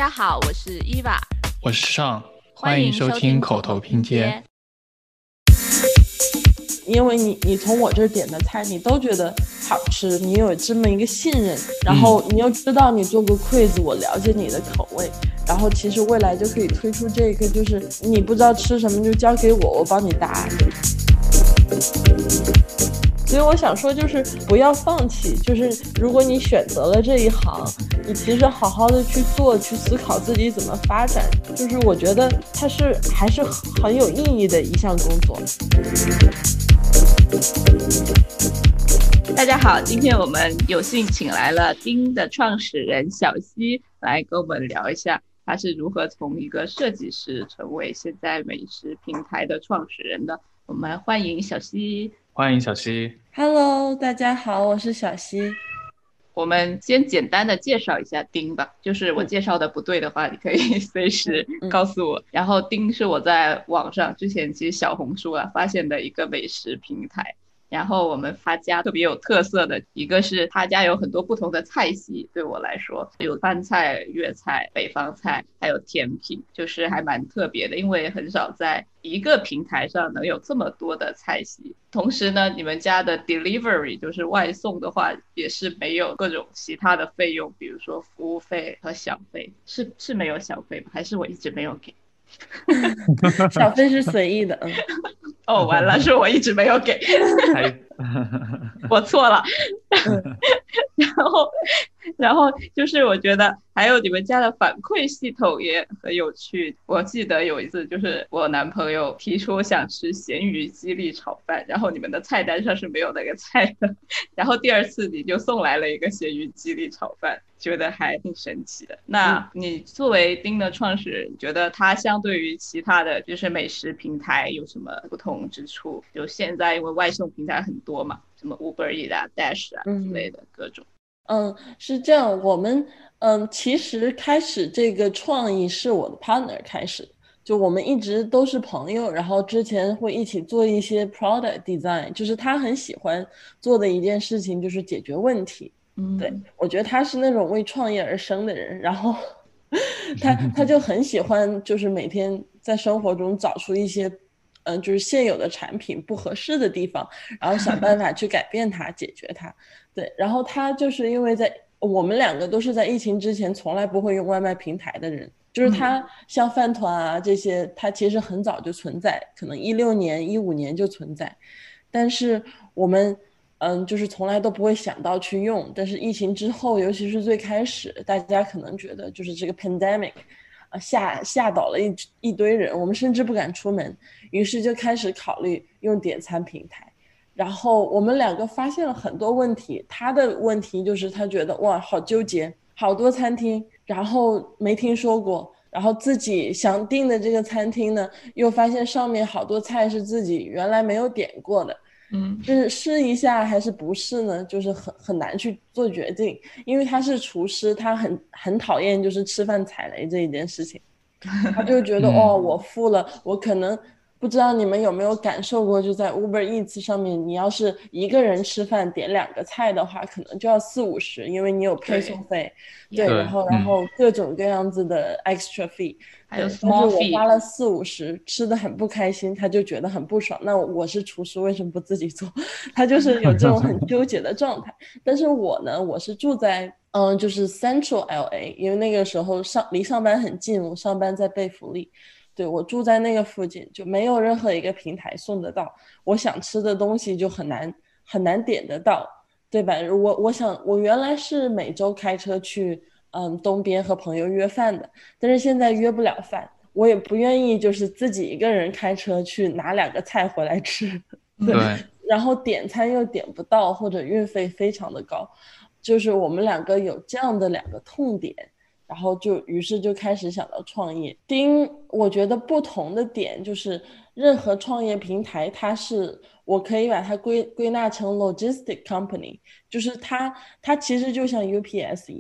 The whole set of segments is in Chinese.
家好，我是伊娃， 我是尚，欢迎收听口头拼接。 因为你从我这儿点的菜你都觉得好吃，你有这么一个信任，然后你又知道你做过quiz，我了解你的口味，然后其实未来就可以推出这个，就是你不知道吃什么就交给我，我帮你答。所以我想说就是不要放弃，就是如果你选择了这一行，你其实好好的去做，去思考自己怎么发展，就是我觉得它还是很有意义的一项工作。 大家好，今天我们有幸请来了丁的创始人小西来跟我们聊一下他是如何从一个设计师成为现在美食平台的创始人的。我们欢迎小西。 欢迎小西。 Hello， 大家好，我是小西。 我们先简单的介绍一下丁吧，就是我介绍的不对的话你可以随时告诉我。然后丁是我在网上之前其实小红书发现的一个美食平台，然后我们他家特别有特色的一个是他家有很多不同的菜系，对我来说有川菜、粤菜、北方菜还有甜品，就是还蛮特别的，因为很少在一个平台上能有这么多的菜系。同时呢，你们家的 delivery 就是外送的话也是没有各种其他的费用，比如说服务费和小费，是没有小费吗？还是我一直没有给？ 小费是随意的。 哦，完了，是我一直没有给。我错了。然后就是我觉得还有你们家的反馈系统也很有趣。我记得有一次就是我男朋友提出想吃咸鱼鸡粒炒饭，然后你们的菜单上是没有那个菜的，然后第二次你就送来了一个咸鱼鸡粒炒饭，觉得还挺神奇的。那你作为丁的创始人，觉得它相对于其他的就是美食平台有什么不同之处？就现在因为外送平台很多嘛，什么 Uber Eats、Dash 之类的各种。 是这样，我们其实开始这个创意是我的 partner 开始，就我们一直都是朋友，然后之前会一起做一些 product design， 就是他很喜欢做的一件事情就是解决问题。对，我觉得他是那种为创业而生的人，然后他就很喜欢就是每天在生活中找出一些就是现有的产品不合适的地方，然后想办法去改变它解决它。对，然后他就是因为我们两个都是在疫情之前从来不会用外卖平台的人，就是他像饭团啊这些他其实很早就存在，可能16年15年就存在，但是我们就是从来都不会想到去用。但是疫情之后，尤其是最开始大家可能觉得就是这个 pandemic吓倒了一堆人，我们甚至不敢出门，于是就开始考虑用点餐平台。然后我们两个发现了很多问题，他的问题就是他觉得哇好纠结，好多餐厅然后没听说过，然后自己想订的这个餐厅呢又发现上面好多菜是自己原来没有点过的，是试一下还是不试呢，就是很难去做决定。因为他是厨师，他很讨厌就是吃饭踩雷这一件事情，他就觉得我付了，我可能不知道你们有没有感受过，就在 Uber Eats 上面，你要是一个人吃饭点2个菜的话可能就要40-50，因为你有配送费。对，然后各种各样子的 extra fee， 还有 small fee， 我花了40-50吃的很不开心，他就觉得很不爽，那我是厨师为什么不自己做？他就是有这种很纠结的状态。但是我呢，我是住在就是 Central LA， 因为那个时候离上班很近，我上班在贝弗利，对，我住在那个附近，就没有任何一个平台送得到我想吃的东西，就很难点得到，对吧？我原来是每周开车去东边和朋友约饭的，但是现在约不了饭，我也不愿意就是自己一个人开车去拿2个菜回来吃。对，然后点餐又点不到，或者运费非常的高，就是我们两个有这样的2个痛点，然后于是就开始想到创业。我觉得不同的点就是任何创业平台我可以把它归纳成 logistic company， 就是它其实就像 UPS 一样，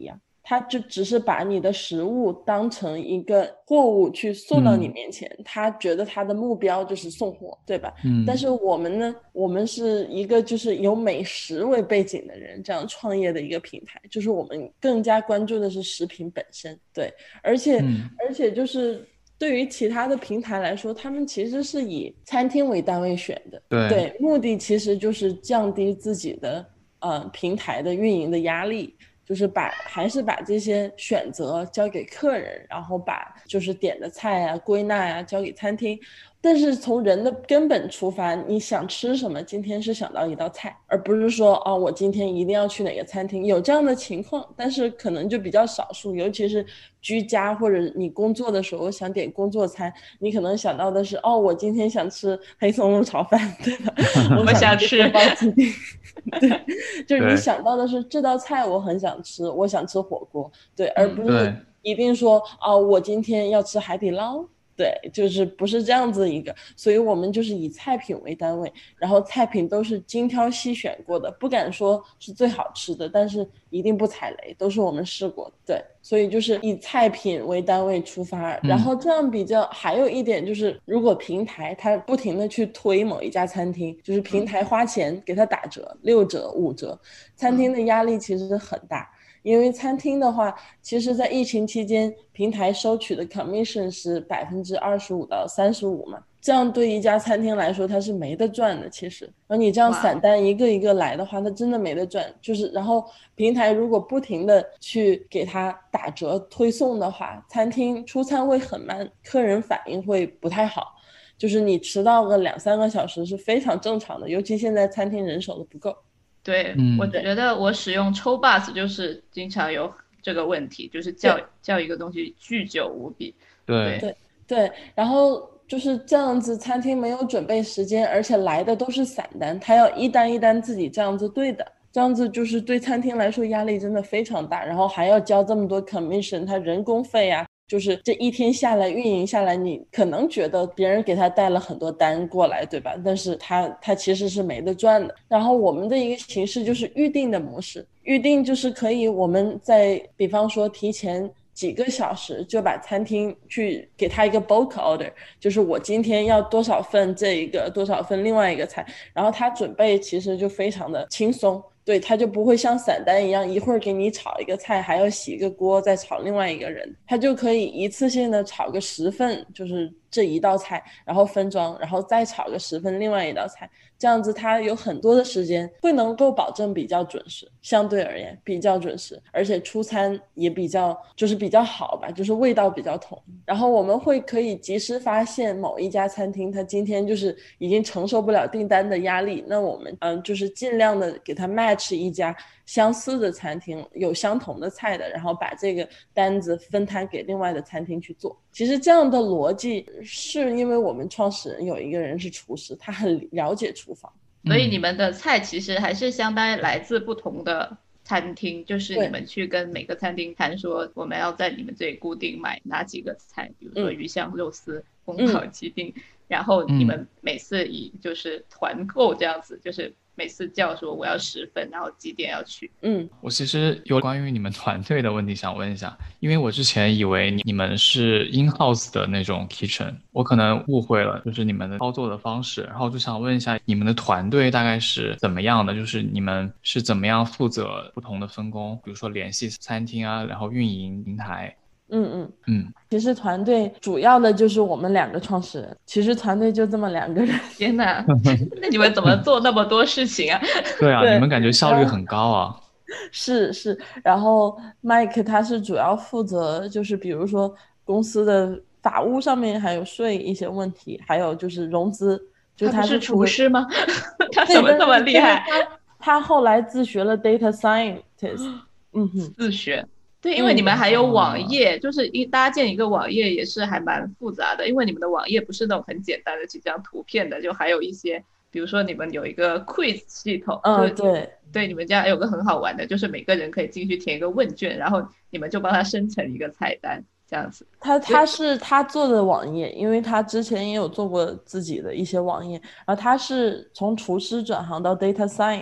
他就只是把你的食物当成一个货物去送到你面前，他觉得他的目标就是送货，对吧？但是我们呢，我们是一个就是有美食为背景的人这样创业的一个平台，就是我们更加关注的是食品本身，对，而且就是对于其他的平台来说，他们其实是以餐厅为单位选的，对，目的其实就是降低自己的平台的运营的压力，就是还是把这些选择交给客人，然后把就是点的菜啊归纳啊交给餐厅。但是从人的根本出发，你想吃什么，今天是想到一道菜，而不是说我今天一定要去哪个餐厅。有这样的情况，但是可能就比较少数，尤其是居家或者你工作的时候想点工作餐，你可能想到的是我今天想吃黑松露炒饭，对吧？ 我想吃包鸡丁对，就是你想到的是这道菜我很想吃，我想吃火锅，对，而不是一定说我今天要吃海底捞，对，就是不是这样子一个，所以我们就是以菜品为单位，然后菜品都是精挑细选过的，不敢说是最好吃的，但是一定不踩雷，都是我们试过的，对，所以就是以菜品为单位出发，然后这样比较。还有一点就是，如果平台它不停的去推某一家餐厅，就是平台花钱给它打折，6折5折，餐厅的压力其实很大。因为餐厅的话，其实在疫情期间平台收取的 commission 是25%到35%嘛，这样对一家餐厅来说它是没得赚的。其实而你这样散单一个一个来的话，它真的没得赚。就是然后平台如果不停的去给它打折推送的话，餐厅出餐会很慢，客人反应会不太好，就是你迟到个2-3个小时是非常正常的，尤其现在餐厅人手都不够。 对，我觉得我使用抽 bus 就是经常有这个问题，就是叫一个东西巨久无比。 对，然后就是这样子，餐厅没有准备时间，而且来的都是散单，他要一单一单自己这样子对的，这样子就是对餐厅来说压力真的非常大，然后还要交这么多 commission， 他人工费啊，就是这一天下来运营下来，你可能觉得别人给他带了很多单过来，对吧？但是他其实是没得赚的。然后我们的一个形式就是预定的模式，预定就是可以我们在比方说提前几个小时就把餐厅去给他一个 bulk order， 就是我今天要多少份这一个，多少份另外一个菜，然后他准备其实就非常的轻松。对，他就不会像散单一样一会儿给你炒一个菜还要洗一个锅再炒另外一个人，他就可以一次性的炒个10份，就是这一道菜，然后分装，然后再炒个10份另外一道菜，这样子他有很多的时间会能够保证比较准时，相对而言比较准时，而且出餐也比较好吧，就是味道比较统一。然后我们会可以及时发现某一家餐厅他今天就是已经承受不了订单的压力，那我们就是尽量的给他match一家相似的餐厅，有相同的菜的，然后把这个单子分摊给另外的餐厅去做。其实这样的逻辑是因为我们创始人有一个人是厨师，他很了解厨房， 所以你们的菜其实还是相当于来自不同的餐厅，就是你们去跟每个餐厅谈说我们要在你们这里固定买哪几个菜，比如说鱼香肉丝、宫保鸡丁，然后你们每次以就是团购这样子，就是每次叫说我要10份，然后几点要去。 我其实有关于你们团队的问题想问一下，因为我之前以为你们是 in-house 的那种 kitchen， 我可能误会了就是你们的操作的方式，然后就想问一下你们的团队大概是怎么样的，就是你们是怎么样负责不同的分工，比如说联系餐厅啊，然后运营平台。 其实团队主要的就是我们2个创始人，其实团队就这么2个人。 天哪，那你们怎么做那么多事情啊？ 对啊，你们感觉效率很高啊。 是，然后 Mike 他是主要负责就是比如说公司的法务上面还有税一些问题，还有就是融资，就他不是厨师吗？他怎么这么厉害？ 他后来自学了 data scientist。 自学。对，因为你们还有网页，就是搭建一个网页也是还蛮复杂的，因为你们的网页不是那种很简单的几张图片的，就还有一些，比如说你们有一个 quiz 系统，对，你们家有个很好玩的，就是每个人可以进去填一个问卷，然后你们就帮他生成一个菜单，这样子。 他是他做的网页，因为他之前也有做过自己的一些网页，然后他是从厨师转行到 data science。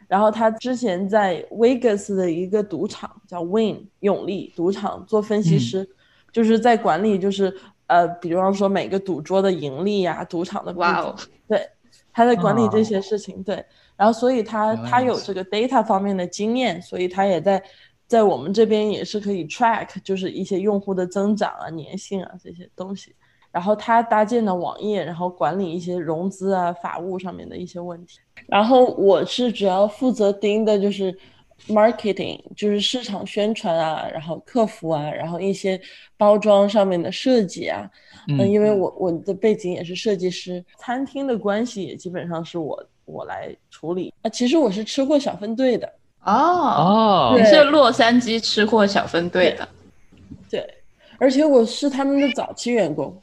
然后他之前在 Vegas 的一个赌场叫 Wynn 永利赌场做分析师，就是在管理就是比方说每个赌桌的盈利啊，赌场的布局，对，他在管理这些事情，对，然后所以他有这个 data 方面的经验，所以他也在我们这边也是可以 track 就是一些用户的增长啊、粘性啊这些东西。然后他搭建的网页，然后管理一些融资啊、法务上面的一些问题。然后我是主要负责盯的就是 marketing， 就是市场宣传啊，然后客服啊，然后一些包装上面的设计啊。因为我的背景也是设计师，餐厅的关系也基本上是我来处理啊。其实我是吃货小分队的。 你是洛杉矶吃货小分队的。 对，而且我是他们的早期员工。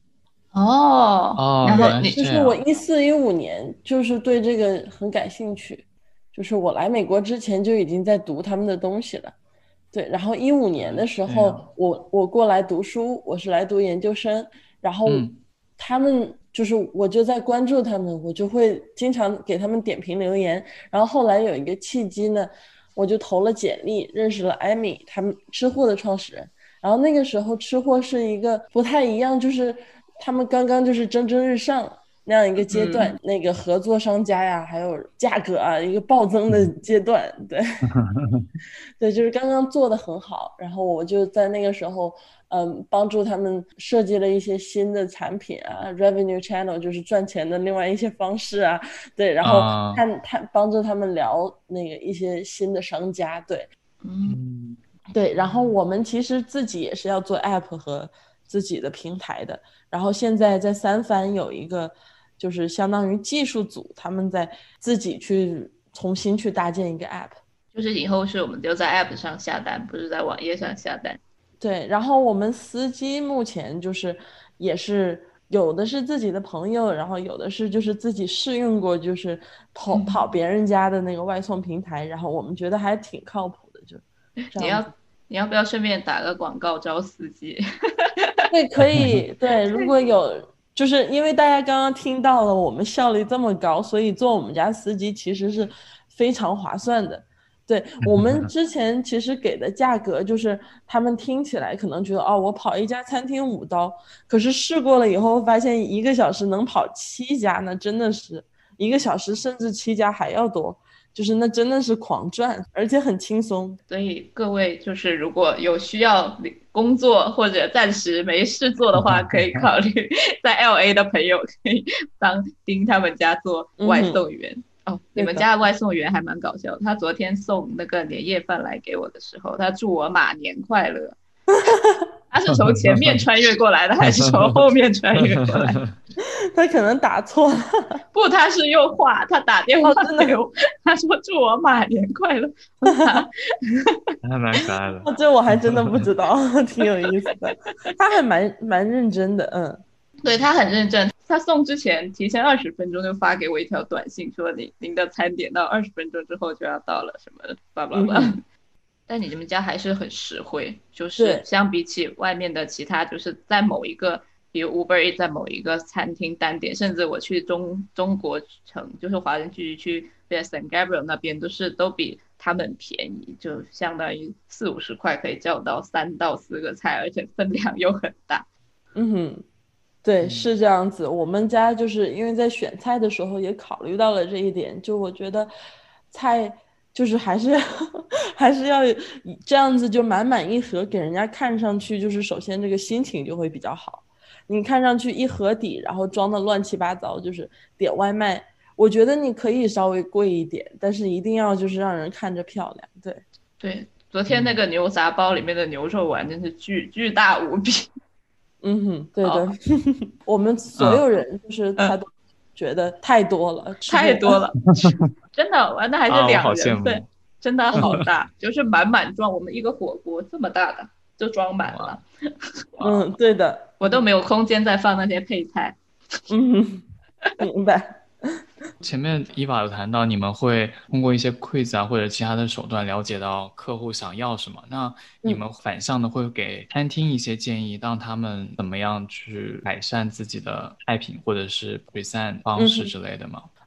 然后就是我14-15年就是对这个很感兴趣，就是我来美国之前就已经在读他们的东西了。对，然后15年的时候我过来读书，我是来读研究生，然后他们就是我就在关注他们，我就会经常给他们点评留言，然后后来有一个契机呢，我就投了简历，认识了艾米，他们吃货的创始人。然后那个时候吃货是一个不太一样，就是他们刚刚就是蒸蒸日上那样一个阶段，那个合作商家呀，还有价格啊，一个暴增的阶段，对，对，就是刚刚做得很好。然后我就在那个时候，帮助他们设计了一些新的产品啊 ，revenue channel 就是赚钱的另外一些方式啊，对，然后帮助他们聊那个一些新的商家，对，对，然后我们其实自己也是要做 app 和自己的平台的，然后现在在三藩有一个就是相当于技术组，他们在自己去重新去搭建一个 app， 就是以后是我们就在 app 上下单，不是在网页上下单。 对，然后我们司机目前就是也是有的是自己的朋友，然后有的是就是自己试用过，就是跑别人家的那个外送平台，然后我们觉得还挺靠谱的，就你要不要顺便打个广告招司机？ 对，可以。对，如果有，就是因为大家刚刚听到了我们效率这么高，所以做我们家司机其实是非常划算的。对，我们之前其实给的价格就是他们听起来可能觉得哦，我跑一家餐厅$5，可是试过了以后发现1个小时能跑7家，那真的是1个小时甚至7家还要多。就是那真的是狂赚，而且很轻松。 所以各位就是如果有需要工作或者暂时没事做的话，可以考虑在 LA 的朋友可以当丁他们家做外送员。你们家的外送员还蛮搞笑的，他昨天送那个年夜饭来给我的时候，他祝我马年快乐。他是从前面穿越过来的还是从后面穿越过来的？ 他可能打错了。 不，他是用话，他打电话给我，他说祝我马年快乐。 还蛮可爱的。 这我还真的不知道，挺有意思的。他还蛮认真的， 对，他很认真。他送之前提前20分钟就发给我一条短信，说您的餐点到20分钟之后就要到了，什么的，叭叭叭。但你们家还是很实惠，就是相比起外面的其他，就是在某一个，比如 Uber Eats 在某一个餐厅单点，甚至我去中国城，就是华人聚集区，比如 San Gabriel 那边，都比他们便宜，就相当于40-50块可以叫到3到4个菜，而且分量又很大。 对，是这样子。我们家就是因为在选菜的时候也考虑到了这一点，就我觉得菜就是还是要这样子，就满满一盒给人家看上去，就是首先这个心情就会比较好。你看上去一盒底，然后装的乱七八糟，就是点外卖，我觉得你可以稍微贵一点，但是一定要就是让人看着漂亮。 对，昨天那个牛杂包里面的牛肉丸真是巨大无比。 对的。我们所有人就是他都觉得太多了， 太多了。真的，那还是2人份，真的好大，就是满满装。我们一个火锅这么大的就装满了。 对的， 我都没有空间再放那些配菜。 明白。 前面伊娃有谈到你们会通过一些 quiz 啊或者其他的手段了解到客户想要什么，那你们反向的会给餐厅一些建议，让他们怎么样去改善自己的菜品或者是 present 方式之类的吗？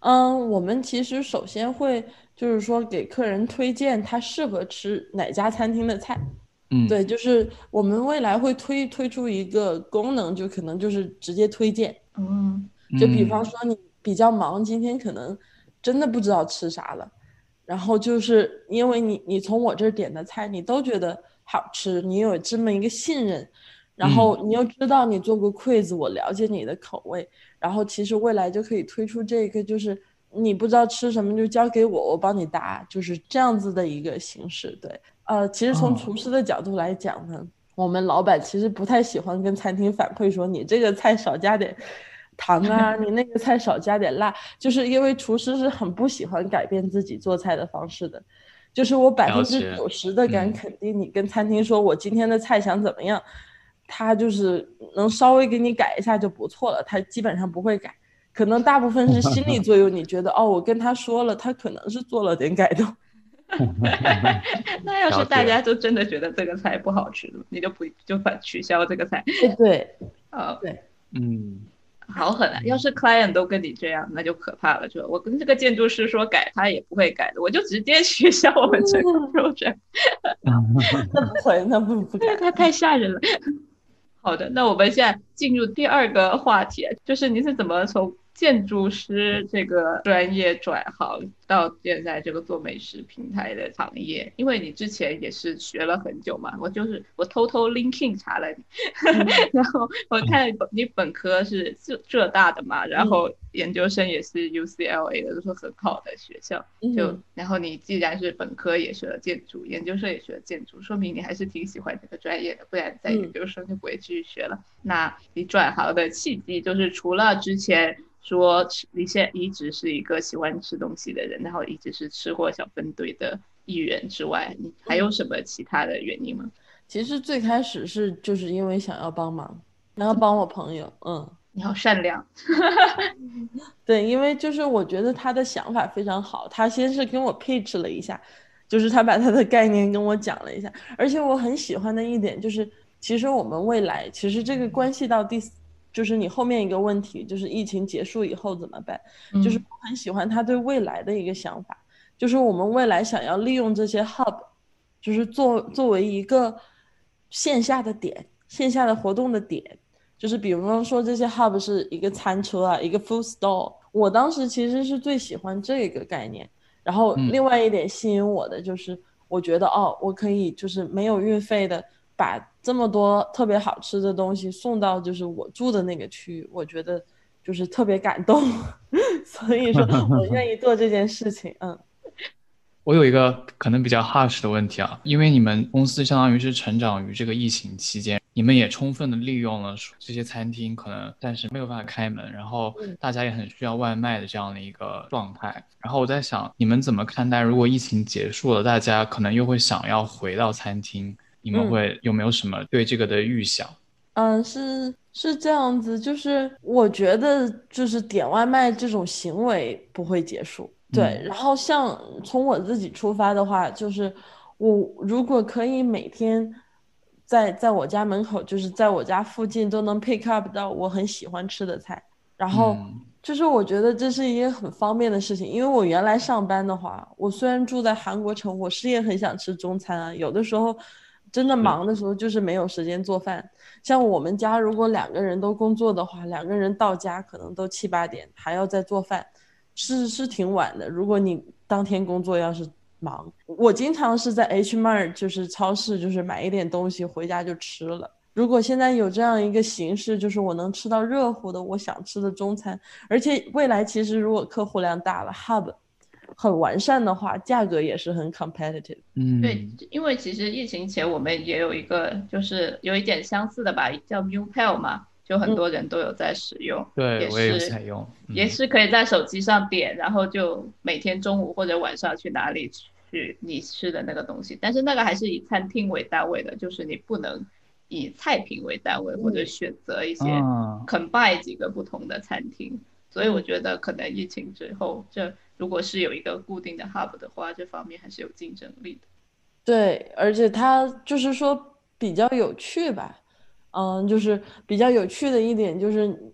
我们其实首先会就是说给客人推荐他适合吃哪家餐厅的菜。 嗯对，就是我们未来会推出一个功能，就可能就是直接推荐。 嗯就比方嗯， 说你比较忙，今天可能真的不知道吃啥了，然后就是因为你从我这儿点的菜，你都觉得好吃，你有这么一个信任，然嗯， 后你又知道你做过 quiz，我了解你的口味，然后其实未来就可以推出这个，就是你不知道吃什么就交给我，我帮你答，就是这样子的一个形式。对，其实从哦， 厨师的角度来讲呢。我们老板其实不太喜欢跟餐厅反馈说你这个菜少加点糖啊，你那个菜少加点辣，就是因为厨师是很不喜欢改变自己做菜的方式的。就是我百分之了解， 九十的敢嗯。 肯定，你跟餐厅说我今天的菜想怎么样，他就是能稍微给你改一下就不错了，他基本上不会改。可能大部分是心理作用，你觉得哦，我跟他说了，他可能是做了点改动。 那要是大了解， 家都真的觉得这个菜不好吃，你就把取消这个菜？ 对呃， 对， 嗯好狠啊！要嗯， 是 client 都跟你这样，那就可怕了。就我跟这个建筑师说改，他也不会改的，我就直接取消我们这个 project。 那不会，那不对， 改。 他太吓人了。好的，那我们现在进入第二个话题，就是你是怎么从建筑师这个专业转行到现在这个做美食平台的行业？因为你之前也是学了很久嘛，我偷偷 LinkedIn 查了你， 嗯然后我看你本科是浙大的嘛，然嗯后研究生也是 UCLA 的，都是很好的学校。 嗯然后你既然是本科也学了建筑，研究生也学了建筑，说明你还是挺喜欢这个专业的，不然在研嗯。 究生就不会继续学了。那你转行的契机就是除了之前说你一直是一个喜欢吃东西的人，然后一直是吃货小分队的一员之外，你还有嗯， 什么其他的原因吗？ 其实最开始是就是因为想要帮忙，然后帮我朋友。 你好善良。 对，因为就是我觉得他的想法非常好，他先是跟我 pitch 了一下，就是他把他的概念跟我讲了一下，而且我很喜欢的一点就是，其实我们未来其实这个关系到就是你后面一个问题，就是疫情结束以后怎么办，就是嗯我很喜欢他对未来的一个想法，就是我们未来想要利用这些 hub，就是作为一个线下的点，线下的活动的点。就是比方说这些 hub 是一个餐车啊，一个 food store。我当时其实是最喜欢这个概念。然后另嗯， 外一点吸引我的就是，我觉得哦，我可以就是没有运费的把这么多特别好吃的东西送到就是我住的那个区域，我觉得就是特别感动。所以说我愿意做这件事情。 我有一个可能比较 harsh 的问题啊，因为你们公司相当于是成长于这个疫情期间，你们也充分的利用了这些餐厅可能暂时没有办法开门，然后嗯。 大家也很需要外卖的这样的一个状态。然后我在想，你们怎么看待如果疫情结束了，大家可能又会想要回到餐厅，你们嗯。 会有没有什么对这个的预想？ 是这样子，就是我觉得就是点外卖这种行为不会结束。对， 嗯然后像从我自己出发的话，就是我如果可以每天在我家门口，就是在我家附近都能 pick up 到我很喜欢吃的菜，然后嗯， 就是我觉得这是一个很方便的事情，因为我原来上班的话，我虽然住在韩国城，我是也很想吃中餐啊，有的时候真的是， 忙的时候就是没有时间做饭。像我们家如果两个人都工作的话，两个人到家可能都7、8点，还要再做饭，是挺晚的。如果你当天工作要是忙，我经常是在 H Mart 就是超市就是买一点东西回家就吃了。如果现在有这样一个形式，就是我能吃到热乎的我想吃的中餐，而且未来其实如果客户量大了，Hub 很完善的话，价格也是很 competitive。 对， 嗯， 因为其实疫情前我们也有一个，就是有一点相似的吧，叫 Mealpal 嘛，就很嗯多人都有在使用，也对我也有是采用， 也嗯。 是可以在手机上点，然后就每天中午或者晚上去哪里去你吃的那个东西，但是那个还是以餐厅为单位的，就是你不能以菜品为单位，或者嗯选择一些啊， combine 几个不同的餐厅。所以我嗯。 觉得可能疫情之后，这如果是有一个固定的 hub 的话，这方面还是有竞争力的。 对，而且它就是说比较有趣吧。就是比较有趣的一点就是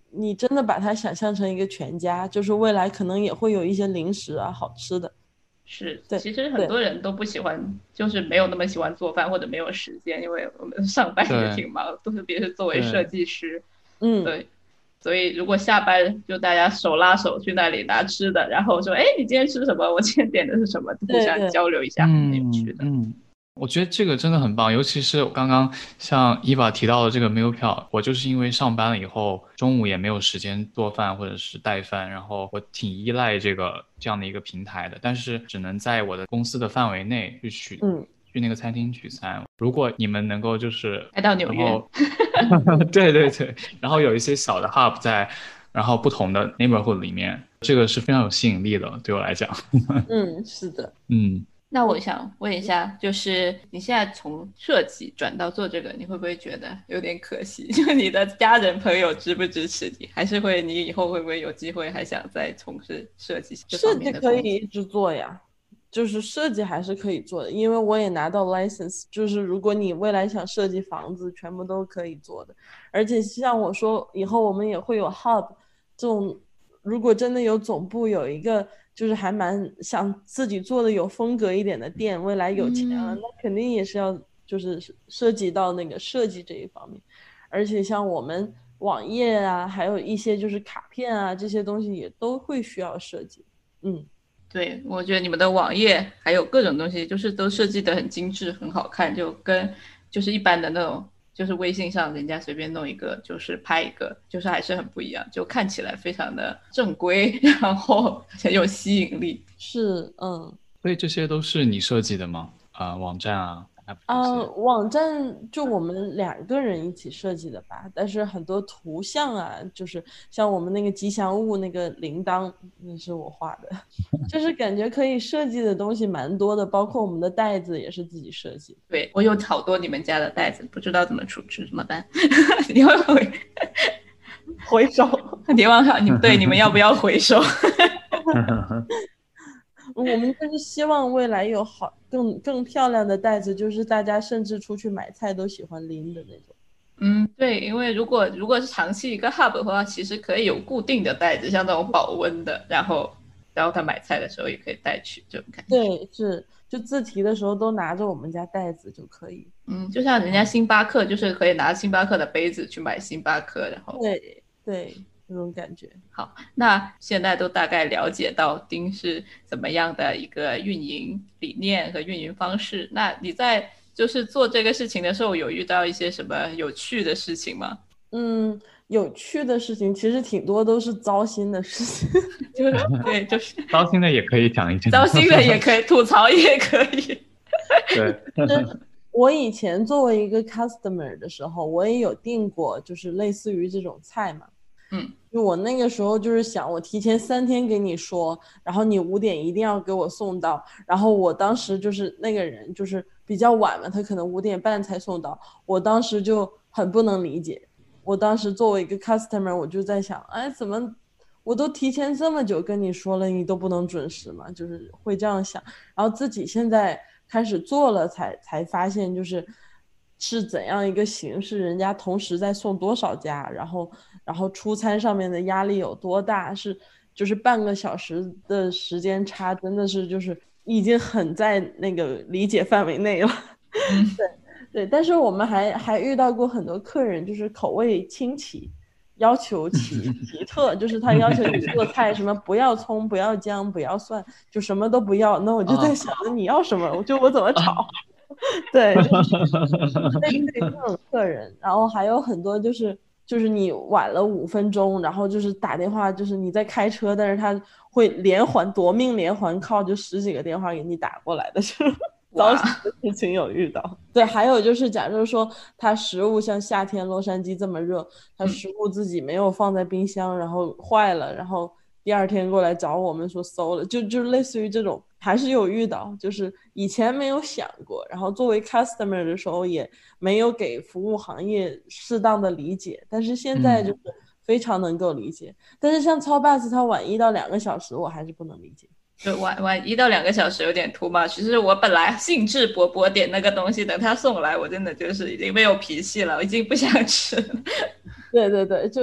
你真的把它想象成一个全家，就是未来可能也会有一些零食啊好吃的。 是， 对， 其实很多人都不喜欢，就是没有那么喜欢做饭或者没有时间，因为我们上班也挺忙，特别是作为设计师，对，所以如果下班就大家手拉手去那里拿吃的，然后说，哎，你今天吃什么？我今天点的是什么？互相交流一下，很有趣的。 我觉得这个真的很棒，尤其是刚刚像伊娃提到的这个 meal票，我就是因为上班了以后，中午也没有时间做饭或者是带饭，然后我挺依赖这样的一个平台的，但是只能在我的公司的范围内去去那个餐厅取餐。如果你们能够就是开到纽约， 对对对，然后有一些小的 hub 在，然后不同的 neighborhood 里面，这个是非常有吸引力的，对我来讲。 是的。 那我想问一下，就是你现在从设计转到做这个，你会不会觉得有点可惜？就你的家人朋友支不支持你，还是会你以后会不会有机会还想再从事设计这方面的工作？ 设计可以一直做呀，就是设计还是可以做的，因为我也拿到 license， 就是如果你未来想设计房子，全部都可以做的。而且像我说，以后我们也会有 hub 这种，如果真的有总部有一个就是还蛮想自己做的有风格一点的店，未来有钱了，那肯定也是要就是涉及到那个设计这一方面。而且像我们网页啊，还有一些就是卡片啊，这些东西也都会需要设计。 对，我觉得你们的网页还有各种东西，就是都设计得很精致，很好看，就跟就是一般的那种，就是微信上人家随便弄一个，就是拍一个，就是还是很不一样，就看起来非常的正规，然后很有吸引力。 是， 所以这些都是你设计的吗？网站啊网站就我们2个人一起设计的吧，但是很多图像啊，就是像我们那个吉祥物那个铃铛，那是我画的，就是感觉可以设计的东西蛮多的，包括我们的袋子也是自己设计。 对，我有好多你们家的袋子，不知道怎么处置，怎么办？你会回收？ 你往上，你们要不要回收？ 我们就是希望未来有好更漂亮的袋子，就是大家甚至出去买菜都喜欢拎的那种。 对，因为如果是长期一个 hub 的话，其实可以有固定的袋子，像那种保温的，然后他买菜的时候也可以带去，这种感觉。 对，是，就自提的时候都拿着我们家袋子就可以。 就像人家星巴克，就是可以拿星巴克的杯子去买星巴克，然后对那种感觉。 好，那现在都大概了解到丁是怎么样的一个运营理念和运营方式。那你在就是做这个事情的时候，有遇到一些什么有趣的事情吗？ 有趣的事情其实挺多，都是糟心的事情。 就是糟心的也可以讲一讲， 糟心的也可以，吐槽也可以。 对， 我以前作为一个 customer 的时候，我也有订过，就是类似于这种菜嘛。就我那个时候就是想，我提前3天给你说，然后你5点一定要给我送到。然后我当时就是那个人就是比较晚嘛，他可能5点半才送到，我当时就很不能理解。我当时作为一个 customer， 我就在想，哎，怎么我都提前这么久跟你说了，你都不能准时嘛？就是会这样想。然后自己现在开始做了才发现，是怎样一个形式，人家同时在送多少家，然后出餐上面的压力有多大，就是半个小时的时间差，真的是就是已经很在那个理解范围内了。对，但是我们还遇到过很多客人，就是口味清奇，要求奇特，就是他要求你做菜什么不要葱，不要姜，不要蒜，就什么都不要。那我就在想着你要什么，我怎么炒。对，这种客人，然后还有很多就是你晚了5分钟，然后就是打电话，就是你在开车，但是他会夺命连环 call，就10几个电话给你打过来的，就是糟心的事情有遇到。对，还有就是假如说他食物像夏天洛杉矶这么热，他食物自己没有放在冰箱，然后坏了，然后第2天过来找我们说馊了，就类似于这种还是有遇到，就是以前没有想过，然后作为 customer 的时候也没有给服务行业适当的理解，但是现在就是非常能够理解。但是像超 bus 它晚1到2个小时，我还是不能理解。 就晚1到2个小时有点 too much。其实我本来兴致勃勃点那个东西，等他送来，我真的就是已经没有脾气了，我已经不想吃了。 对，就是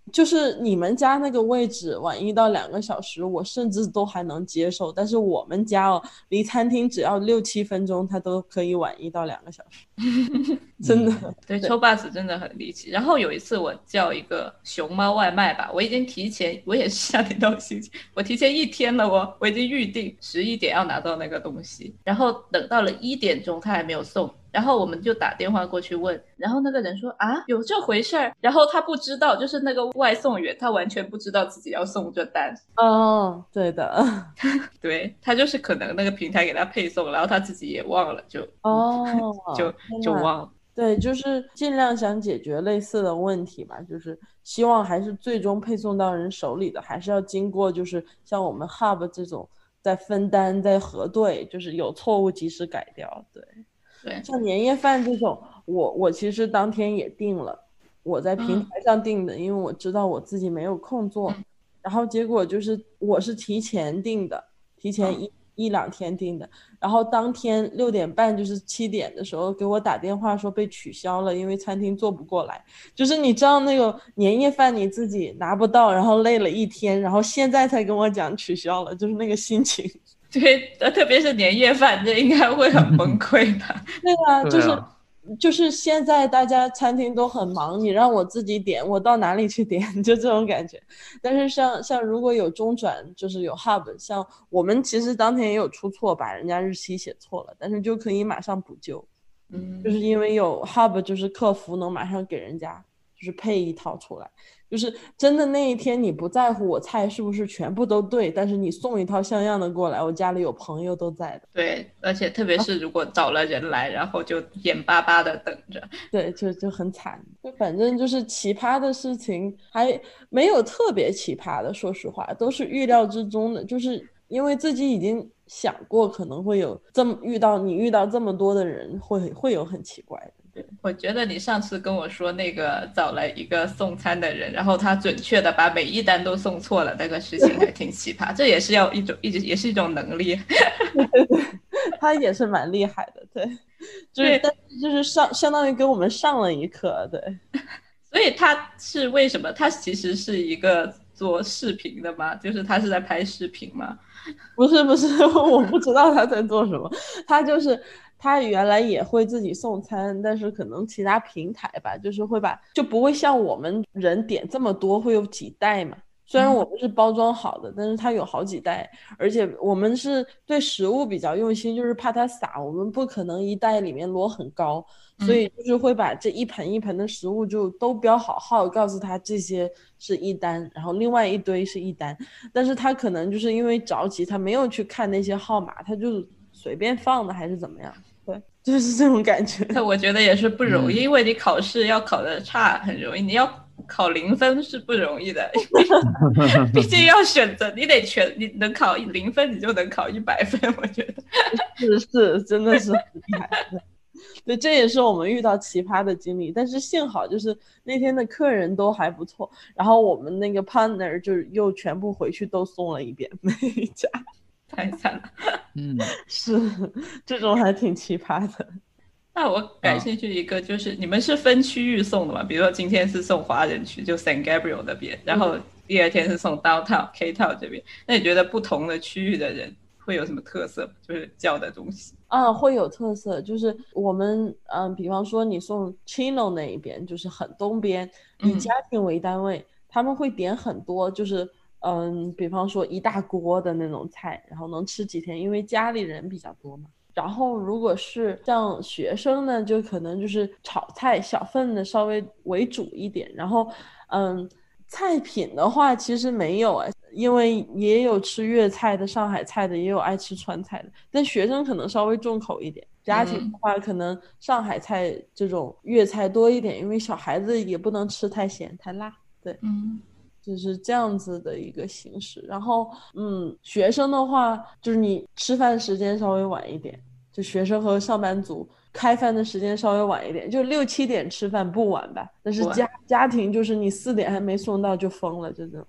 就是你们家那个位置晚1到2个小时，我甚至都还能接受，但是我们家哦，离餐厅只要6-7分钟，它都可以晚1到2个小时，真的。 对，抽 bus 真的很离奇。然后有一次我叫一个熊猫外卖吧，我已经提前，我也是像你那种心情，我提前1天了哦，我已经预定11点要拿到那个东西，然后等到了1点钟他还没有送。然后我们就打电话过去问，然后那个人说啊，有这回事儿，然后他不知道，就是那个外送员他完全不知道自己要送这单。 哦，对的。 对，他就是可能那个平台给他配送，然后他自己也忘了， 哦， 就忘了。 对，就是尽量想解决类似的问题嘛，就是希望还是最终配送到人手里的，还是要经过就是像我们 Hub 这种在分担在核对，就是有错误及时改掉。对，像年夜饭这种，我其实当天也订了，我在平台上订的，因为我知道我自己没有空做，然后结果就是我是提前订的，提前1-2天订的，然后当天6点半就是7点的时候给我打电话说被取消了，因为餐厅做不过来。就是你知道那个年夜饭你自己拿不到，然后累了1天，然后现在才跟我讲取消了，就是那个心情。 对，特别是年夜饭，这应该会很崩溃吧？ 对啊，就是现在大家餐厅都很忙，你让我自己点，我到哪里去点？就这种感觉。但是像如果有中转，就是有 hub， 像我们其实当天也有出错，把人家日期写错了，但是就可以马上补救。就是因为有 hub， 就是客服能马上给人家就是配一套出来。就是真的那一天你不在乎我菜是不是全部都对，但是你送一套像样的过来，我家里有朋友都在的。 对，而且特别是如果找了人来，然后就眼巴巴的等着。 对，就很惨。就反正就是奇葩的事情还没有特别奇葩的，说实话都是预料之中的，就是因为自己已经想过可能会有遇到这么多的人会有很奇怪的。 我觉得你上次跟我说那个找了一个送餐的人，然后他准确的把每一单都送错了，那个事情还挺奇葩。这也是要也是一种能力。 对对，他也是蛮厉害的。对，就是相当于给我们上了一课。对， 所以他是为什么？他其实是一个做视频的吗？就是他是在拍视频吗？ 不是，我不知道他在做什么。他原来也会自己送餐，但是可能其他平台吧，就是就不会像我们人点这么多，会有几袋嘛。虽然我们是包装好的，但是它有好几袋，而且我们是对食物比较用心，就是怕它洒，我们不可能一袋里面摞很高，所以就是会把这一盆一盆的食物就都标好号，告诉他这些是一单，然后另外一堆是一单。但是他可能就是因为着急，他没有去看那些号码，他就随便放的还是怎么样。对，就是这种感觉。 那我觉得也是不容易，因为你考试要考的差很容易，你要考0分是不容易的。毕竟要选择，你能考0分，你就能考100分。我觉得是真的是很厉害。对，这也是我们遇到奇葩的经历，但是幸好就是那天的客人都还不错，然后我们那个 partner 就又全部回去都送了一遍，每一家。 太惨了。 是这种还挺奇葩的。 那我感兴趣一个就是你们是分区域送的吗？比如说今天是送华人区，就 San Gabriel 那边，然后第2天是送 Downtown K Town 这边。那你觉得不同的区域的人会有什么特色？就是叫的东西会有特色。就是我们比方说你送 Chino 那一边，就是很东边，以家庭为单位，他们会点很多，就是比方说一大锅的那种菜，然后能吃几天，因为家里人比较多嘛。然后如果是像学生呢，就可能就是炒菜小份的稍微为主一点。然后菜品的话其实没有因为也有吃粤菜的、上海菜的，也有爱吃川菜的，但学生可能稍微重口一点。家庭的话可能上海菜这种粤菜多一点，因为小孩子也不能吃太咸太辣。对，就是这样子的一个形式。然后学生的话就是你吃饭时间稍微晚一点，就学生和上班族开饭的时间稍微晚一点，就6-7点吃饭不晚吧。但是家庭就是你4点还没送到就疯了，就这种。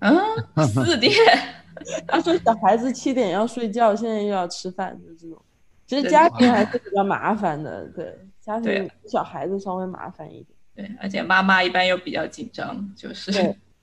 4点他说小孩子7点要睡觉，现在又要吃饭，就这种。其实家庭还是比较麻烦的。对，家庭小孩子稍微麻烦一点。 对，而且妈妈一般又比较紧张，就是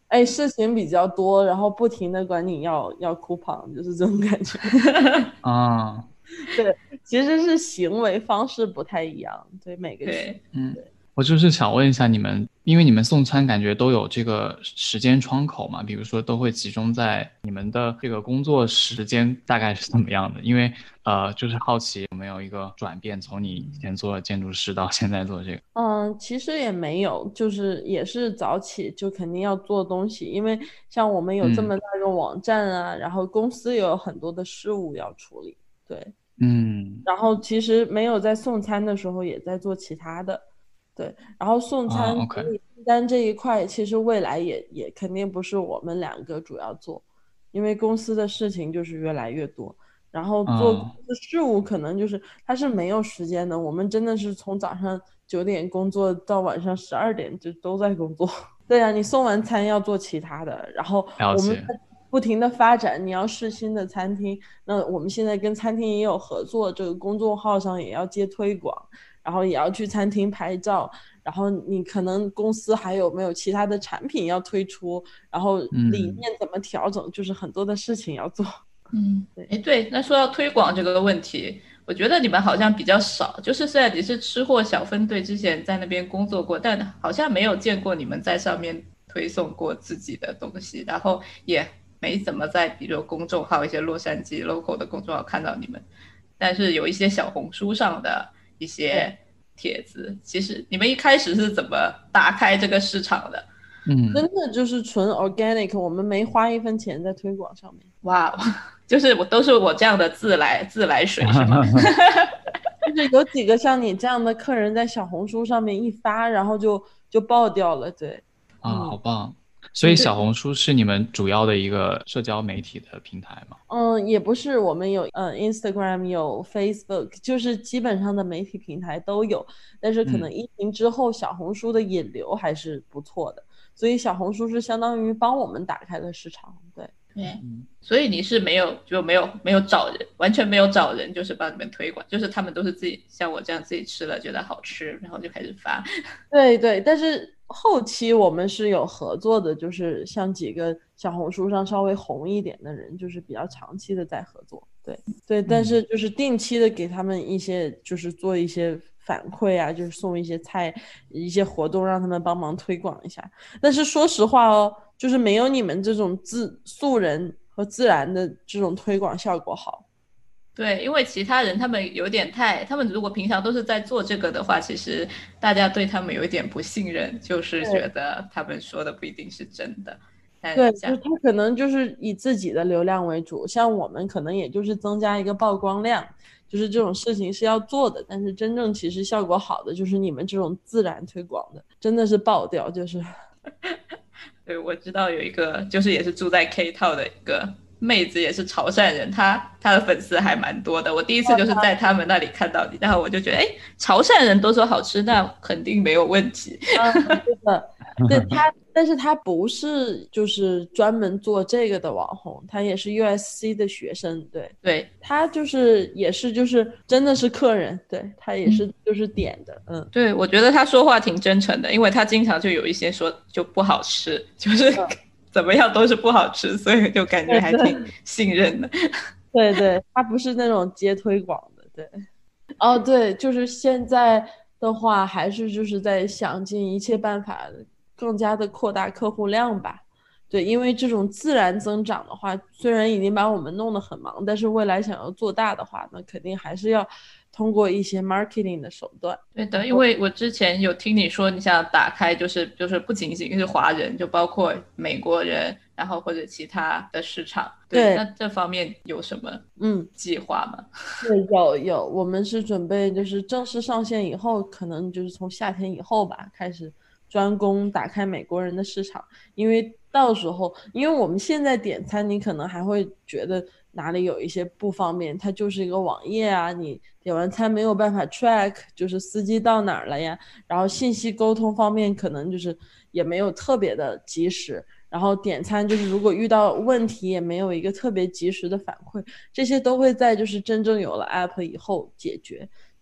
哎，事情比较多，然后不停的管你要 coupon，就是这种感觉。 啊， 对，其实是行为方式不太一样，对每个区。 对， 我就是想问一下你们，因为你们送餐感觉都有这个时间窗口嘛，比如说都会集中在你们的这个工作时间大概是怎么样的？因为就是好奇有没有一个转变，从你以前做建筑师到现在做这个。 其实也没有，就是也是早起就肯定要做东西，因为像我们有这么大个网站啊，然后公司也有很多的事务要处理，对。 嗯然后其实没有在送餐的时候也在做其他的，对。然后送餐 ，OK， 管理订单这一块，其实未来也肯定不是我们两个主要做，因为公司的事情就是越来越多。然后做公司事务可能就是他是没有时间的，我们真的是从早上9点工作到晚上12点就都在工作。对啊，你送完餐要做其他的，然后我们了解。 不停的发展，你要试新的餐厅，那我们现在跟餐厅也有合作，这个公众号上也要接推广，然后也要去餐厅拍照，然后你可能公司还有没有其他的产品要推出，然后理念怎么调整，就是很多的事情要做。 对，那说到推广这个问题，我觉得你们好像比较少，就是虽然你是吃货小分队之前在那边工作过，但好像没有见过你们在上面推送过自己的东西，然后也没怎么在比如公众号一些洛杉矶 local 的公众号看到你们，但是有一些小红书上的一些帖子，其实你们一开始是怎么打开这个市场的？ 真的就是纯 organic， 我们没花一分钱在推广上面。 哇，就是都是我这样的自来水是吗？ 就是有几个像你这样的客人在小红书上面一发，然后就爆掉了。对， 好棒。所以小红书是你们主要的一个社交媒体的平台吗？ 也不是，我们有Instagram 有 Facebook，就是基本上的媒体平台都有，但是可能疫情之后小红书的引流还是不错的，所以小红书是相当于帮我们打开了市场。对， 所以你是没有找人，完全没有找人，就是帮你们推广，就是他们都是自己像我这样自己吃了觉得好吃，然后就开始发。 对，但是后期我们是有合作的，就是像几个小红书上稍微红一点的人，就是比较长期的在合作。对，但是就是定期的给他们一些，就是做一些反馈啊，就是送一些菜、一些活动，让他们帮忙推广一下。但是说实话哦，就是没有你们这种素人和自然的这种推广效果好。 对，因为其他人他们有点他们如果平常都是在做这个的话，其实大家对他们有一点不信任，就是觉得他们说的不一定是真的。 对，就是他可能就是以自己的流量为主，像我们可能也就是增加一个曝光量，就是这种事情是要做的，但是真正其实效果好的就是你们这种自然推广的，真的是爆掉，就是。 对，我知道有一个就是也是住在 K 套的一个妹子，也是潮汕人，她的粉丝还蛮多的。我第一次就是在他们那里看到你，然后我就觉得，哎，潮汕人都说好吃，那肯定没有问题。 对的，对他，但是他不是就是专门做这个的网红，他也是 USC 的学生，对，他就是也是就是真的是客人，对他也是就是点的， 对，我觉得他说话挺真诚的，因为他经常就有一些说就不好吃，就是怎么样都是不好吃，所以就感觉还挺信任的。 对，他不是那种接推广的，对。对，就是现在的话，还是就是在想尽一切办法，更加的扩大客户量吧。对，因为这种自然增长的话，虽然已经把我们弄得很忙，但是未来想要做大的话，那肯定还是要通过一些 marketing 的手段。 对的，因为我之前有听你说你想打开就是不仅仅是华人，就包括美国人，然后或者其他的市场。对，那这方面有什么计划吗？ 对，有，我们是准备就是正式上线以后，可能就是从夏天以后吧，开始专攻打开美国人的市场，因为到时候，因为我们现在点餐，你可能还会觉得哪里有一些不方便，它就是一个网页啊，你点完餐没有办法 track， 就是司机到哪儿了呀，然后信息沟通方面可能就是也没有特别的及时，然后点餐就是如果遇到问题也没有一个特别及时的反馈，这些都会在就是真正有了 app 以后解决。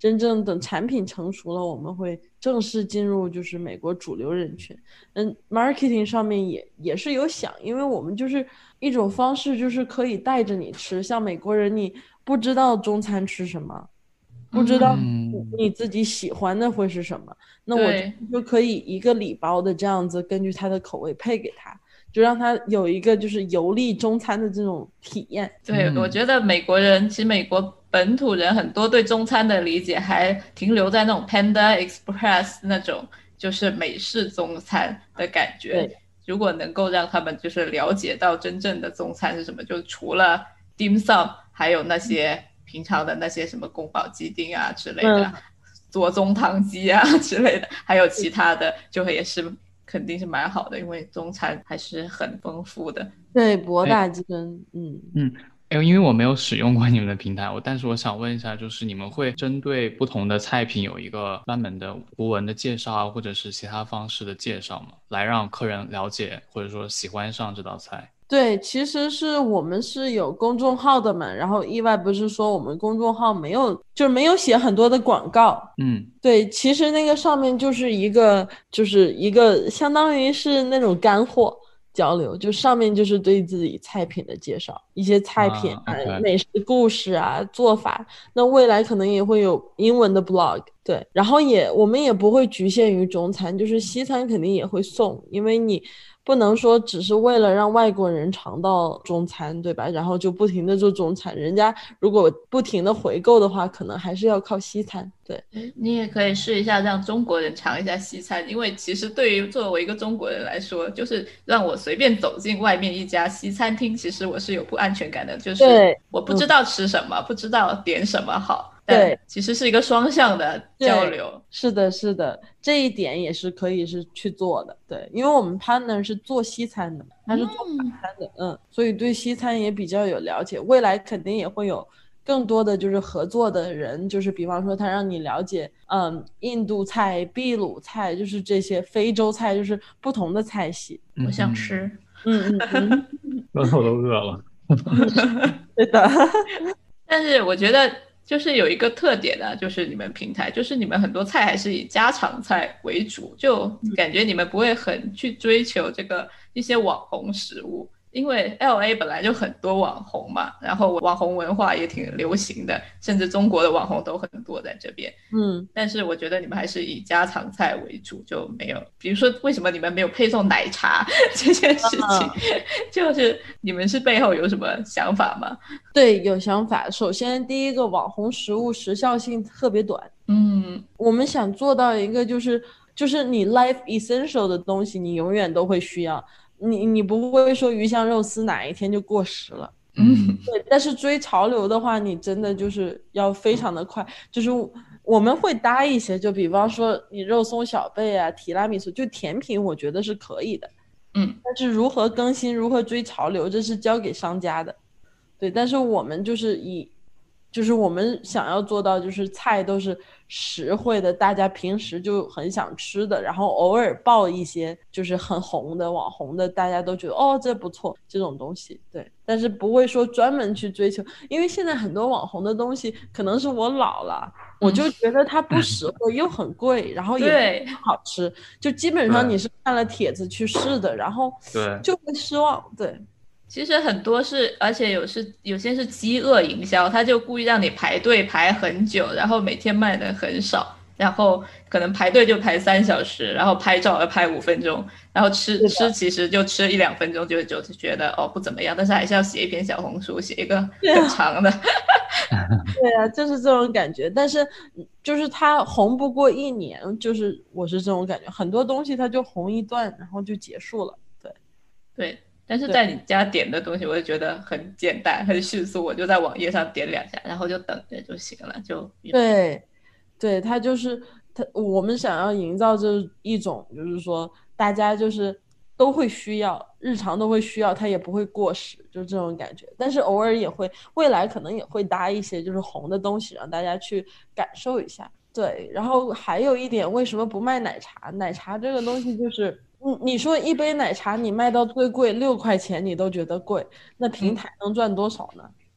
真正等产品成熟了，我们会正式进入就是美国主流人群。marketing 上面也是有想，因为我们就是一种方式，就是可以带着你吃。像美国人，你不知道中餐吃什么，不知道你自己喜欢的会是什么，那我就可以一个礼包的这样子，根据他的口味配给他，就让他有一个就是游历中餐的这种体验。 对，我觉得美国人其实美国本土人很多对中餐的理解还停留在那种 Panda Express 那种就是美式中餐的感觉。如果能够让他们就是了解到真正的中餐是什么，就除了 dim sum 还有那些平常的那些什么宫保鸡丁啊之类的，左宗棠鸡啊之类的，还有其他的，就也是肯定是蛮好的，因为中餐还是很丰富的。 对，博大精深。 因为我没有使用过你们的平台，但是我想问一下，就是你们会针对不同的菜品有一个专门的图文的介绍啊，或者是其他方式的介绍吗？来让客人了解或者说喜欢上这道菜？ 对，其实是我们是有公众号的嘛，然后意外不是说我们公众号没有写很多的广告。对，其实那个上面就是一个相当于是那种干货交流，就上面就是对自己菜品的介绍，一些菜品美食故事啊，做法。那未来可能也会有英文的 blog。对，然后我们也不会局限于中餐，就是西餐肯定也会送，因为你不能说只是为了让外国人尝到中餐，对吧？然后就不停的做中餐，人家如果不停的回购的话，可能还是要靠西餐。对， 你也可以试一下让中国人尝一下西餐，因为其实对于作为一个中国人来说，就是让我随便走进外面一家西餐厅，其实我是有不安全感的，就是我不知道吃什么，不知道点什么好。对，其实是一个双向的交流。 是的，是的，这一点也是可以是去做的。对，因为我们 partner 是做西餐的，他是做法餐的，所以对西餐也比较有了解。未来肯定也会有更多的就是合作的人，就是比方说他让你了解，印度菜、秘鲁菜，就是这些非洲菜，就是不同的菜系。 我想吃， 刚才我都饿了。 对的， 但是我觉得。就是有一个特点的，就是你们平台，就是你们很多菜还是以家常菜为主，就感觉你们不会很去追求这个一些网红食物，因为 LA 本来就很多网红嘛，然后网红文化也挺流行的，甚至中国的网红都很多在这边。但是我觉得你们还是以家常菜为主，就没有，比如说为什么你们没有配送奶茶这件事情，就是你们是背后有什么想法吗？ 对，有想法。首先第一个，网红食物时效性特别短。我们想做到一个就是你 life essential 的东西，你永远都会需要。你不会说鱼香肉丝哪一天就过时了。对，但是追潮流的话，你真的就是要非常的快。就是我们会搭一些，就比方说你肉松小贝啊、提拉米苏，就甜品，我觉得是可以的。但是如何更新、如何追潮流，这是交给商家的。对，但是我们就是我们想要做到，就是菜都是实惠的，大家平时就很想吃的，然后偶尔爆一些就是很红的网红的，大家都觉得这不错这种东西。对，但是不会说专门去追求，因为现在很多网红的东西可能是我老了，我就觉得它不实惠又很贵，然后也不好吃，就基本上你是看了帖子去试的，然后就会失望。对。 其实很多是，而且有些是饥饿营销，他就故意让你排队排很久，然后每天卖的很少，然后可能排队就排3小时，然后拍照要拍5分钟，然后吃其实就吃1-2分钟就觉得不怎么样，但是还是要写一篇小红书，写一个很长的。 对啊，就是这种感觉，但是就是它红不过1年，就是我是这种感觉，很多东西它就红一段，然后就结束了。 对。但是在你家点的东西，我就觉得很简单、很迅速，我就在网页上点2下，然后就等着就行了，就对，它就是我们想要营造这一种，就是说大家就是都会需要，日常都会需要，它也不会过时，就这种感觉。但是偶尔也会，未来可能也会搭一些就是红的东西，让大家去感受一下。对，然后还有一点，为什么不卖奶茶？奶茶这个东西就是。你说一杯奶茶你卖到最贵6块钱你都觉得贵，那平台能赚多少呢？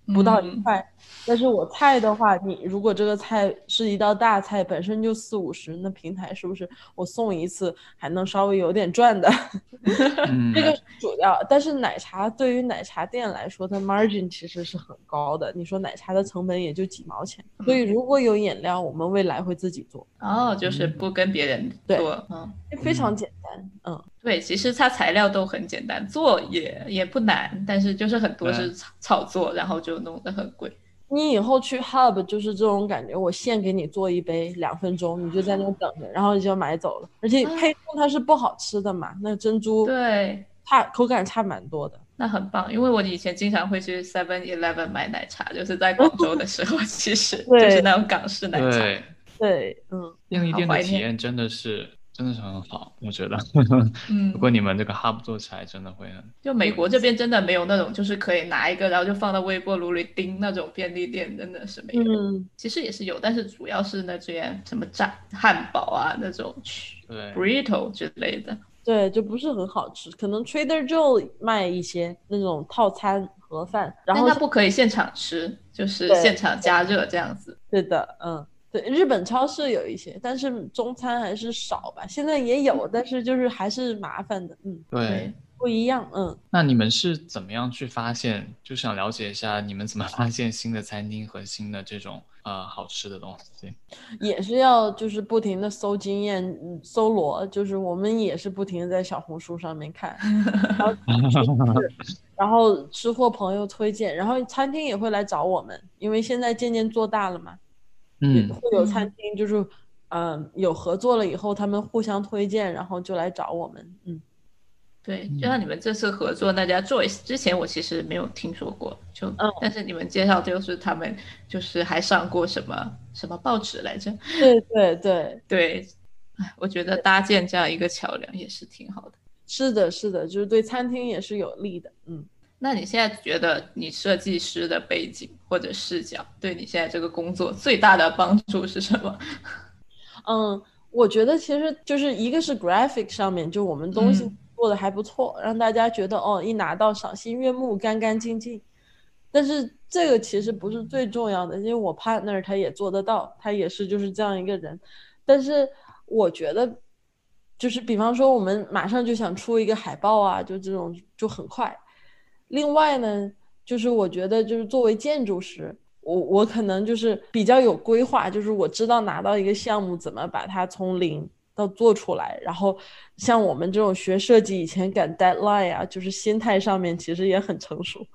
不到1块。但是我菜的话，你如果这个菜是一道大菜，本身就40-50，那平台是不是我送一次还能稍微有点赚的？这个是主要。但是奶茶对于奶茶店来说，它 margin 其实是很高的。你说奶茶的成本也就几毛钱，所以如果有饮料，我们未来会自己做。 就是不跟别人做。 非常简单。 对，其实它材料都很简单，做也不难，但是就是很多是炒作，然后就弄得很贵。 你以后去 Hub 就是这种感觉，我现给你做一杯2分钟，你就在那等着，然后你就买走了。而且配送它是不好吃的嘛，那珍珠对口感差蛮多的。 那很棒，因为我以前经常会去 7-Eleven 买奶茶，就是在广州的时候其实就是那种港式奶茶。 对， 便利店的体验真的是很好，我觉得。如果你们这个 Hub 做起来真的会很。 就美国这边真的没有那种就是可以拿一个然后就放到微波炉里叮那种便利店，真的是没有。其实也是有，但是主要是那些什么炸汉堡啊那种 burrito 之类的。 对，就不是很好吃。可能 Trader Joe 卖一些那种套餐盒饭，然后但它不可以现场吃，就是现场加热这样子。 对的，对，日本超市有一些，但是中餐还是少吧。现在也有，但是就是还是麻烦的。 对， 不一样。 那你们是怎么样去发现？就想了解一下你们怎么发现新的餐厅和新的这种好吃的东西。 也是要就是不停的搜经验，搜罗，就是我们也是不停的在小红书上面看，然后吃货朋友推荐，然后餐厅也会来找我们，因为现在渐渐做大了嘛。会有餐厅就是有合作了以后，他们互相推荐，然后就来找我们。 对，就像你们这次合作那家 Joyce， 之前我其实没有听说过，但是你们介绍就是他们就是还上过什么报纸来着？ 对， 我觉得搭建这样一个桥梁也是挺好的。 是的，就是对餐厅也是有利的。 那你现在觉得你设计师的背景或者视角对你现在这个工作最大的帮助是什么？ 我觉得其实就是一个是 graphic 上面，就我们东西做的还不错，让大家觉得一拿到赏心悦目，干干净净。但是这个其实不是最重要的，因为我 partner 他也做得到，他也是就是这样一个人。但是我觉得就是比方说我们马上就想出一个海报啊，就这种就很快。另外呢，就是我觉得就是作为建筑师，我可能就是比较有规划，就是我知道拿到一个项目怎么把它从零到做出来。然后像我们这种学设计以前赶 deadline 啊，就是心态上面其实也很成熟。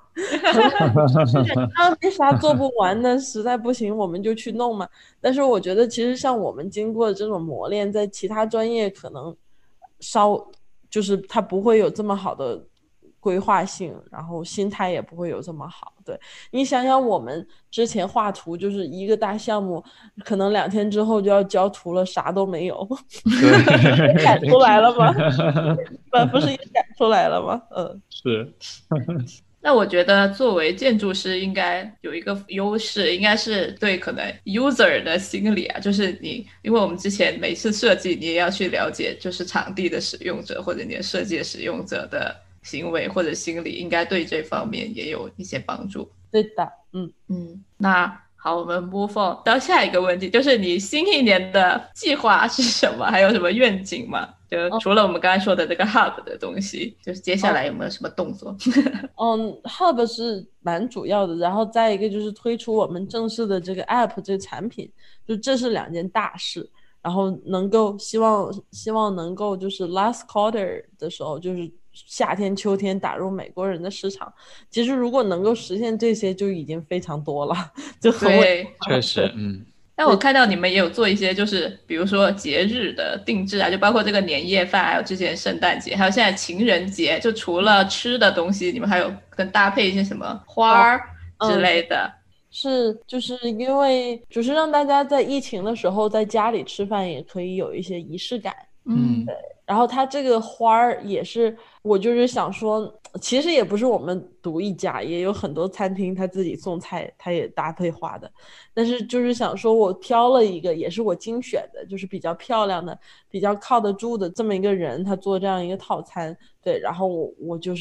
没啥做不完的，实在不行我们就去弄嘛。但是我觉得其实像我们经过这种磨练，在其他专业可能就是它不会有这么好的规划性，然后心态也不会有这么好。对，你想想我们之前画图就是一个大项目，可能2天之后就要交图了，啥都没有。赶出来了吗？不是也赶出来了吗？ 是。 那我觉得作为建筑师应该有一个优势，应该是对可能 user 的心理啊，就是因为我们之前每次设计你也要去了解就是场地的使用者或者你的设计的使用者的行为或者心理，应该对这方面也有一些帮助。 对的。 那好，我们 move on 到下一个问题，就是你新一年的计划是什么？还有什么愿景吗？就除了我们刚才说的这个 hub 的东西，就是接下来有没有什么动作 hub 是蛮主要的，然后再一个就是推出我们正式的这个 app 这个产品，就这是2件大事。然后能够希望能够就是 last quarter 的时候，就是夏天秋天打入美国人的市场。其实如果能够实现这些就已经非常多了，就很对， 确实。 但我看到你们也有做一些就是比如说节日的定制啊，就包括这个年夜饭，还有之前圣诞节，还有现在情人节，就除了吃的东西，你们还有跟搭配一些什么花之类的。 是，就是因为就是让大家在疫情的时候在家里吃饭也可以有一些仪式感。对。然后它这个花儿也是，我就是想说，其实也不是我们独一家，也有很多餐厅他自己送菜，他也搭配花的。但是就是想说，我挑了一个，也是我精选的，就是比较漂亮的、比较靠得住的这么一个人，他做这样一个套餐。对，然后我就是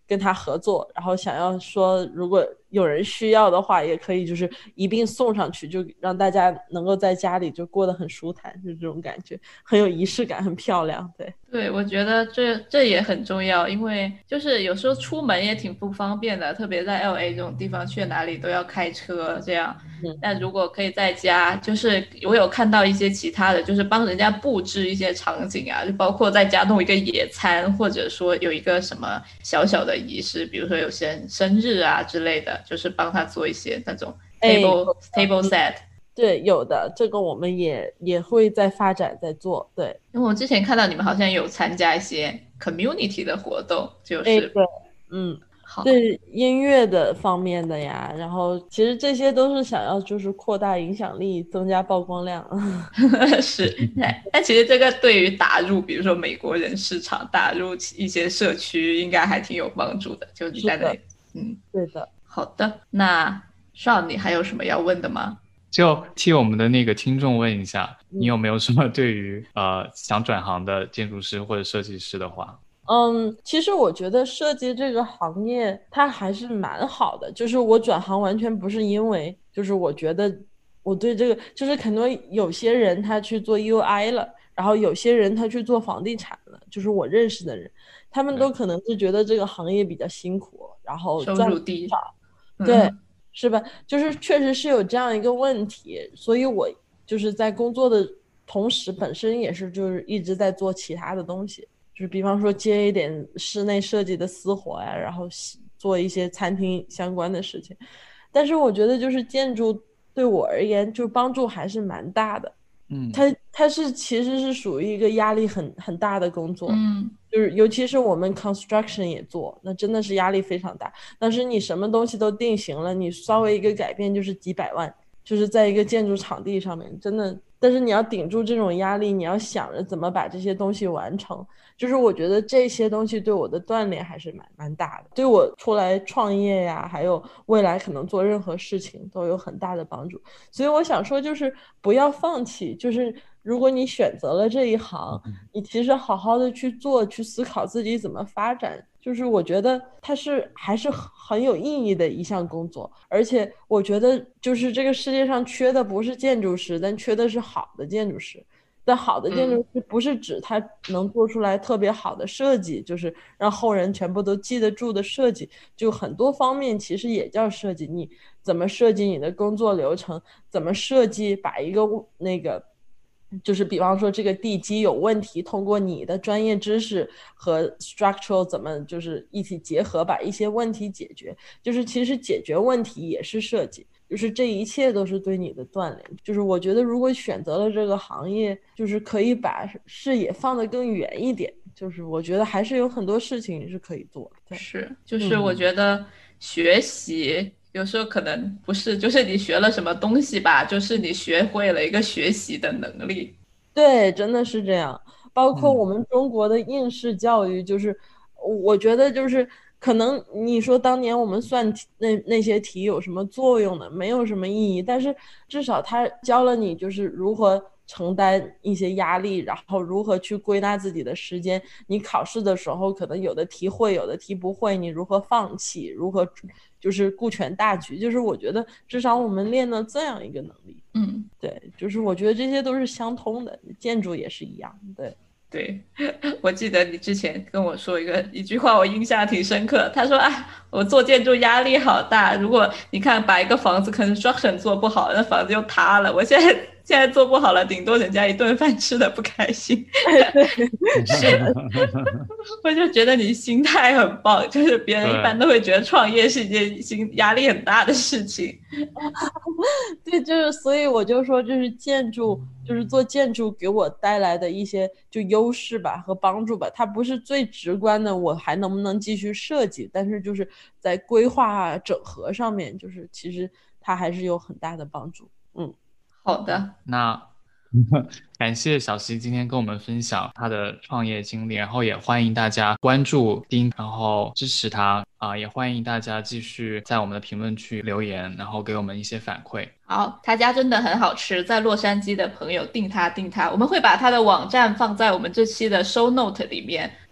跟他合作，然后想要说如果有人需要的话，也可以就是一并送上去，就让大家能够在家里就过得很舒坦，就这种感觉，很有仪式感，很漂亮。 对，我觉得这也很重要，因为就是有时候出门也挺不方便的，特别在 LA 这种地方，去哪里都要开车这样。但如果可以在家，就是我有看到一些其他的，就是帮人家布置一些场景啊，就包括在家弄一个野餐，或者说有一个什么小小的仪式，比如说有些人生日啊之类的，就是帮他做一些那种 table set。 对，有的，这个我们也会在发展在做。对， 因为我之前看到你们好像有参加一些 community 的活动，就是对， 好， 对音乐的方面的呀，然后其实这些都是想要就是扩大影响力，增加曝光量。 是，但其实这个对于打入比如说美国人市场，打入一些社区应该还挺有帮助的，就你在那里。 对的。 好的，那Sean你还有什么要问的吗？ 就替我们的那个听众问一下，你有没有什么对于想转行的建筑师或者设计师的话？ 其实我觉得设计这个行业它还是蛮好的，就是我转行完全不是因为，就是我觉得我对这个，就是可能有些人他去做 UI 了，然后有些人他去做房地产了，就是我认识的人，他们都可能是觉得这个行业比较辛苦，然后收入低， 对，是吧？就是确实是有这样一个问题，所以我就是在工作的同时，本身也是就是一直在做其他的东西，就是比方说接一点室内设计的私活呀，然后做一些餐厅相关的事情。但是我觉得就是建筑对我而言，就帮助还是蛮大的。它其实是属于一个压力很大的工作。就是尤其是我们 construction 也做，那真的是压力非常大。但是你什么东西都定型了，你稍微一个改变就是几百万，就是在一个建筑场地上面，真的。但是你要顶住这种压力，你要想着怎么把这些东西完成。就是我觉得这些东西对我的锻炼还是蛮大的，对我出来创业呀，还有未来可能做任何事情都有很大的帮助。所以我想说，就是不要放弃，就是如果你选择了这一行，你其实好好的去做，去思考自己怎么发展，就是我觉得它还是很有意义的一项工作。而且我觉得就是这个世界上缺的不是建筑师，但缺的是好的建筑师。但好的建筑师不是指他能做出来特别好的设计，就是让后人全部都记得住的设计，就很多方面其实也叫设计。你怎么设计你的工作流程，怎么设计把一个那个就是比方说这个地基有问题，通过你的专业知识和 structural 怎么就是一起结合把一些问题解决，就是其实解决问题也是设计，就是这一切都是对你的锻炼。就是我觉得如果选择了这个行业，就是可以把视野放得更远一点，就是我觉得还是有很多事情是可以做的。 是，就是我觉得学习有时候可能不是就是你学了什么东西吧，就是你学会了一个学习的能力。 对，真的是这样。包括我们中国的应试教育，就是我觉得就是可能你说当年我们算题那些题有什么作用呢？没有什么意义。但是至少他教了你就是如何承担一些压力，然后如何去归纳自己的时间。你考试的时候可能有的题会，有的题不会，你如何放弃，如何就是顾全大局。就是我觉得至少我们练了这样一个能力。对，就是我觉得这些都是相通的，建筑也是一样。 对，我记得你之前跟我说一句话，我印象挺深刻。他说：“哎，我做建筑压力好大，如果你看把一个房子 construction 做不好，那房子就塌了。我现在做不好了，顶多人家一顿饭吃的不开心。”是的，我就觉得你心态很棒，就是别人一般都会觉得创业是一件压力很大的事情。 对，就是所以我就说，就是建筑，就是做建筑给我带来的一些就优势吧和帮助吧。它不是最直观的，我还能不能继续设计，但是就是在规划整合上面，就是其实它还是有很大的帮助。 好的， 那感谢小溪今天跟我们分享他的创业经历，然后也欢迎大家关注丁，然后支持他也欢迎大家继续在我们的评论区留言，然后给我们一些反馈。 好，他家真的很好吃，在洛杉矶的朋友订他，我们会把他的网站放在我们这期的 show note 里面，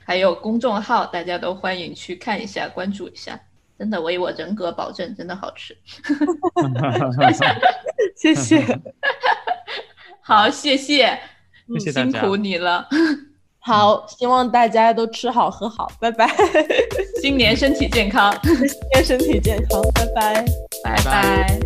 还有公众号，大家都欢迎去看一下，关注一下。真的为我人格保证，真的好吃。 谢谢。 好，谢谢， 谢谢大家， 辛苦你了。 好，希望大家都吃好喝好，拜拜。 新年身体健康， 新年身体健康，拜拜， 拜拜。